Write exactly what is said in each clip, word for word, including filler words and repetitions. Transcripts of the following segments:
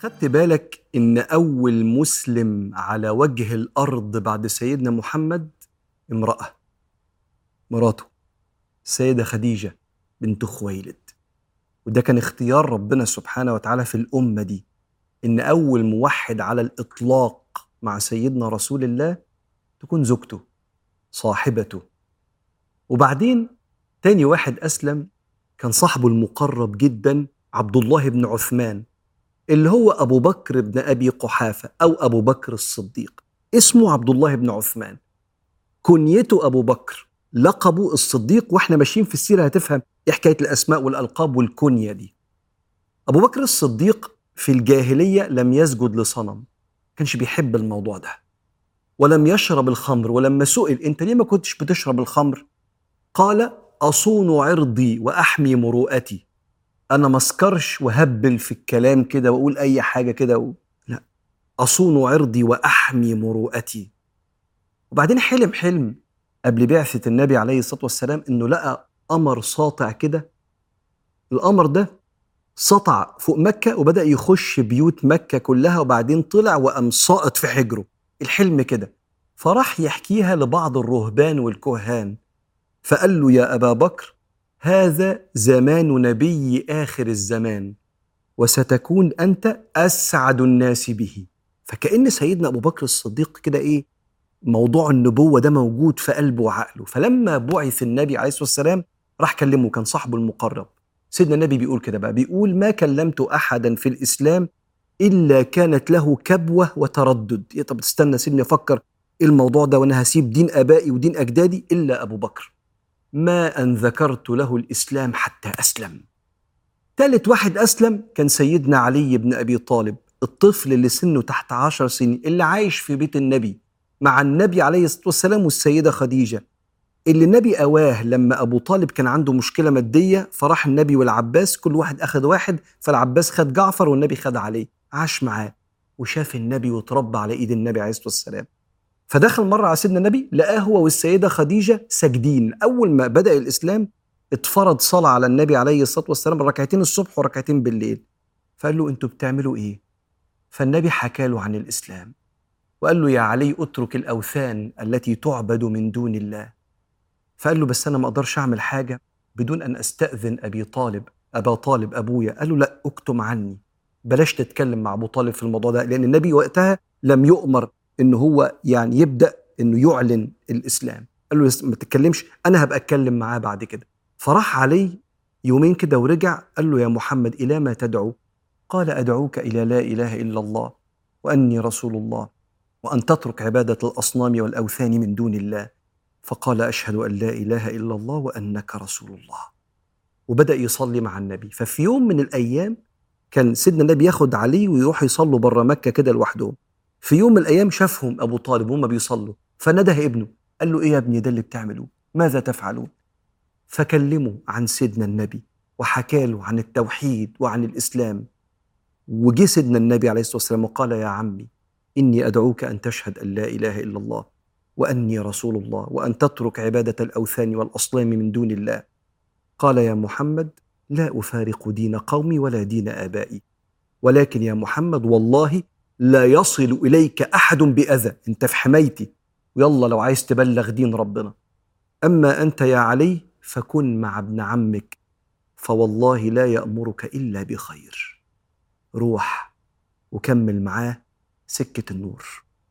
خدت بالك إن أول مسلم على وجه الأرض بعد سيدنا محمد امرأة، مراته السيدة خديجة بنت خويلد. وده كان اختيار ربنا سبحانه وتعالى في الأمة دي، إن أول موحد على الإطلاق مع سيدنا رسول الله تكون زوجته صاحبته. وبعدين تاني واحد أسلم كان صاحبه المقرب جدا عبد الله بن عثمان، اللي هو أبو بكر بن أبي قحافة أو أبو بكر الصديق. اسمه عبد الله بن عثمان، كنيته أبو بكر، لقبه الصديق. وإحنا ماشيين في السيرة هتفهم إيه حكاية الأسماء والألقاب والكنية دي. أبو بكر الصديق في الجاهلية لم يسجد لصنم، كانش بيحب الموضوع ده، ولم يشرب الخمر. ولما سئل أنت ليه ما كنتش بتشرب الخمر؟ قال أصون عرضي وأحمي مروءتي. أنا مسكرش وهبل في الكلام كده وأقول أي حاجة كده و... لا، أصون عرضي وأحمي مروءتي. وبعدين حلم حلم قبل بعثة النبي عليه الصلاة والسلام إنه لقى قمر ساطع كده. القمر ده سطع فوق مكة وبدأ يخش بيوت مكة كلها، وبعدين طلع وقام ساقط في حجره. الحلم كده، فراح يحكيها لبعض الرهبان والكهان، فقال له يا أبا بكر هذا زمان نبي آخر الزمان، وستكون أنت أسعد الناس به. فكأن سيدنا أبو بكر الصديق كده إيه، موضوع النبوة ده موجود في قلبه وعقله. فلما بعث النبي عليه الصلاة والسلام راح كلمه، كان صاحبه المقرب. سيدنا النبي بيقول كده بقى، بيقول ما كلمت أحدا في الإسلام إلا كانت له كبوة وتردد. إيه طب تستنى سيبني أفكر إيه الموضوع ده وأنا هسيب دين آبائي ودين أجدادي؟ إلا أبو بكر ما أن ذكرت له الإسلام حتى أسلم. ثالث واحد أسلم كان سيدنا علي بن أبي طالب، الطفل اللي سنه تحت عشر سنين، اللي عايش في بيت النبي مع النبي عليه الصلاة والسلام والسيدة خديجة، اللي النبي أواه لما أبو طالب كان عنده مشكلة مادية، فراح النبي والعباس كل واحد أخذ واحد، فالعباس خد جعفر والنبي خد علي. عاش معاه وشاف النبي وتربى على إيد النبي عليه الصلاة والسلام. فدخل مرة على سيدنا النبي لقاه هو والسيدة خديجة ساجدين. أول ما بدأ الإسلام اتفرض صلاة على النبي عليه الصلاة والسلام، ركعتين الصبح وركعتين بالليل. فقال له أنتوا بتعملوا إيه؟ فالنبي حكى له عن الإسلام وقال له يا علي اترك الأوثان التي تعبد من دون الله. فقال له بس أنا ما أقدرش أعمل حاجة بدون أن أستأذن أبي طالب، أبا طالب أبويا. قال له لا، اكتم عني، بلاش تتكلم مع أبو طالب في الموضوع ده، لأن النبي وقتها لم يؤمر إنه هو يعني يبدأ إنه يعلن الإسلام. قال له ما تتكلمش، أنا هبقى أتكلم معاه بعد كده. فراح علي يومين كده ورجع قال له يا محمد إلى ما تدعو؟ قال أدعوك إلى لا إله إلا الله وأني رسول الله، وأن تترك عبادة الأصنام والأوثان من دون الله. فقال أشهد أن لا إله إلا الله وأنك رسول الله، وبدأ يصلي مع النبي. ففي يوم من الأيام كان سيدنا النبي ياخد علي ويروح يصلوا بره مكة كده لوحدهم. في يوم من الأيام شافهم أبو طالب وهم بيصلوا، فنده ابنه قال له إيه يا ابني ده اللي بتعملوه؟ ماذا تفعلون؟ فكلموا عن سيدنا النبي وحكى له عن التوحيد وعن الإسلام. وجي سيدنا النبي عليه الصلاة والسلام وقال يا عمي إني أدعوك أن تشهد أن لا إله إلا الله وأني رسول الله، وأن تترك عبادة الأوثان والأصنام من دون الله. قال يا محمد لا أفارق دين قومي ولا دين آبائي، ولكن يا محمد والله لا يصل إليك أحد بأذى، أنت في حمايتي، ويلا لو عايز تبلغ دين ربنا. أما أنت يا علي فكن مع ابن عمك، فوالله لا يأمرك إلا بخير. روح وكمل معاه سكة النور.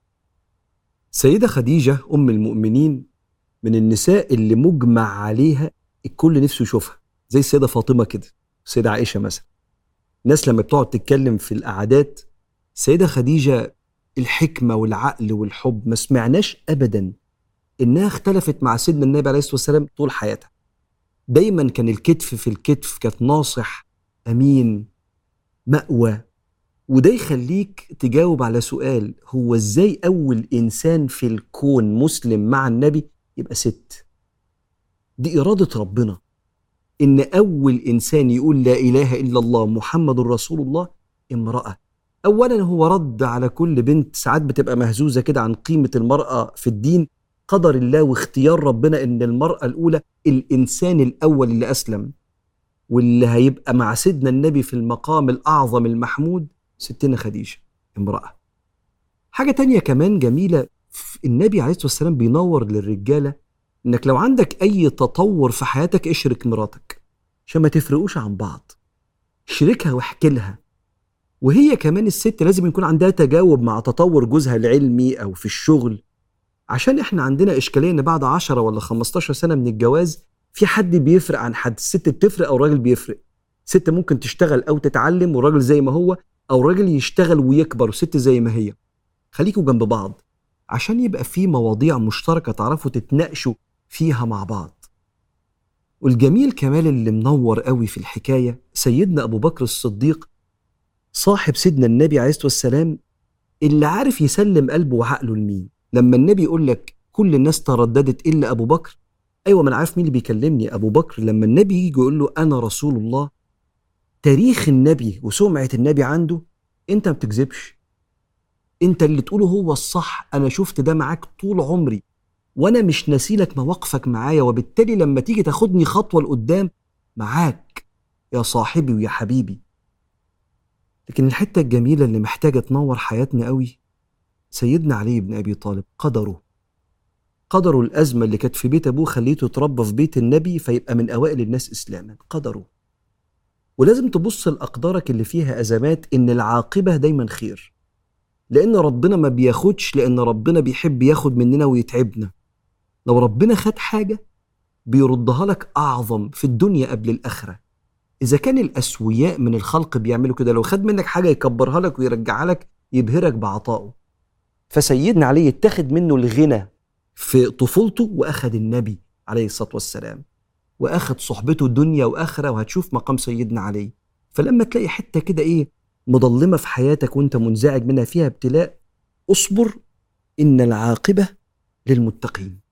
سيدة خديجة أم المؤمنين من النساء اللي مجمع عليها الكل نفسه يشوفها، زي السيدة فاطمة كده، السيدة عائشة مثلا. الناس لما بتقعد تتكلم في القعدات، السيدة خديجة الحكمة والعقل والحب، ما سمعناش أبدا إنها اختلفت مع سيدنا النبي عليه الصلاة والسلام طول حياتها. دايما كان الكتف في الكتف، كانت ناصح أمين مأوى. وده يخليك تجاوب على سؤال، هو ازاي أول إنسان في الكون مسلم مع النبي يبقى ست؟ دي إرادة ربنا، إن أول إنسان يقول لا إله إلا الله محمد رسول الله امرأة. أولا هو رد على كل بنت ساعات بتبقى مهزوزة كده عن قيمة المرأة في الدين. قدر الله واختيار ربنا إن المرأة الأولى الإنسان الأول اللي أسلم واللي هيبقى مع سيدنا النبي في المقام الأعظم المحمود ستنا خديجة امرأة. حاجة تانية كمان جميلة، النبي عليه الصلاة والسلام بينور للرجالة انك لو عندك اي تطور في حياتك اشرك مراتك عشان ما تفرقوش عن بعض، شركها واحكي لها. وهي كمان الست لازم يكون عندها تجاوب مع تطور جوزها العلمي او في الشغل، عشان احنا عندنا اشكالية ان بعد عشرة ولا خمستاشر سنة من الجواز في حد بيفرق عن حد، الست بتفرق او الراجل بيفرق. ست ممكن تشتغل او تتعلم والراجل زي ما هو، او الراجل يشتغل ويكبر والست زي ما هي. خليكوا جنب بعض عشان يبقى في مواضيع مشتركة تعرفوا تتناقشوا فيها مع بعض. والجميل كمال اللي منور قوي في الحكاية سيدنا أبو بكر الصديق صاحب سيدنا النبي عليه الصلاة والسلام، اللي عارف يسلم قلبه وعقله لمين. لما النبي يقول لك كل الناس ترددت إلا أبو بكر، أيوة ما أنا عارف مين اللي بيكلمني، أبو بكر. لما النبي يجي يقول له أنا رسول الله، تاريخ النبي وسمعة النبي عنده، أنت ما بتكذبش، أنت اللي تقوله هو الصح. أنا شفت ده معاك طول عمري وانا مش ناسيلك مواقفك معايا، وبالتالي لما تيجي تاخدني خطوة لقدام معاك يا صاحبي ويا حبيبي. لكن الحتة الجميلة اللي محتاجة تنور حياتنا قوي، سيدنا علي بن أبي طالب قدره قدره الأزمة اللي كانت في بيت أبوه خليته يتربى في بيت النبي فيبقى من أوائل الناس إسلاما، قدره. ولازم تبص لأقدارك اللي فيها أزمات إن العاقبة دايما خير، لأن ربنا ما بياخدش لأن ربنا بيحب ياخد مننا ويتعبنا. لو ربنا خد حاجة بيردها لك أعظم في الدنيا قبل الآخرة. إذا كان الأسوياء من الخلق بيعملوا كده، لو خد منك حاجة يكبرها لك ويرجعها لك، يبهرك بعطائه. فسيدنا علي اتخذ منه الغنى في طفولته وأخذ النبي عليه الصلاة والسلام، وأخذ صحبته دنيا وآخرة، وهتشوف مقام سيدنا علي. فلما تلاقي حتة كده إيه مضلمة في حياتك وانت منزعج منها فيها ابتلاء، اصبر، إن العاقبة للمتقين.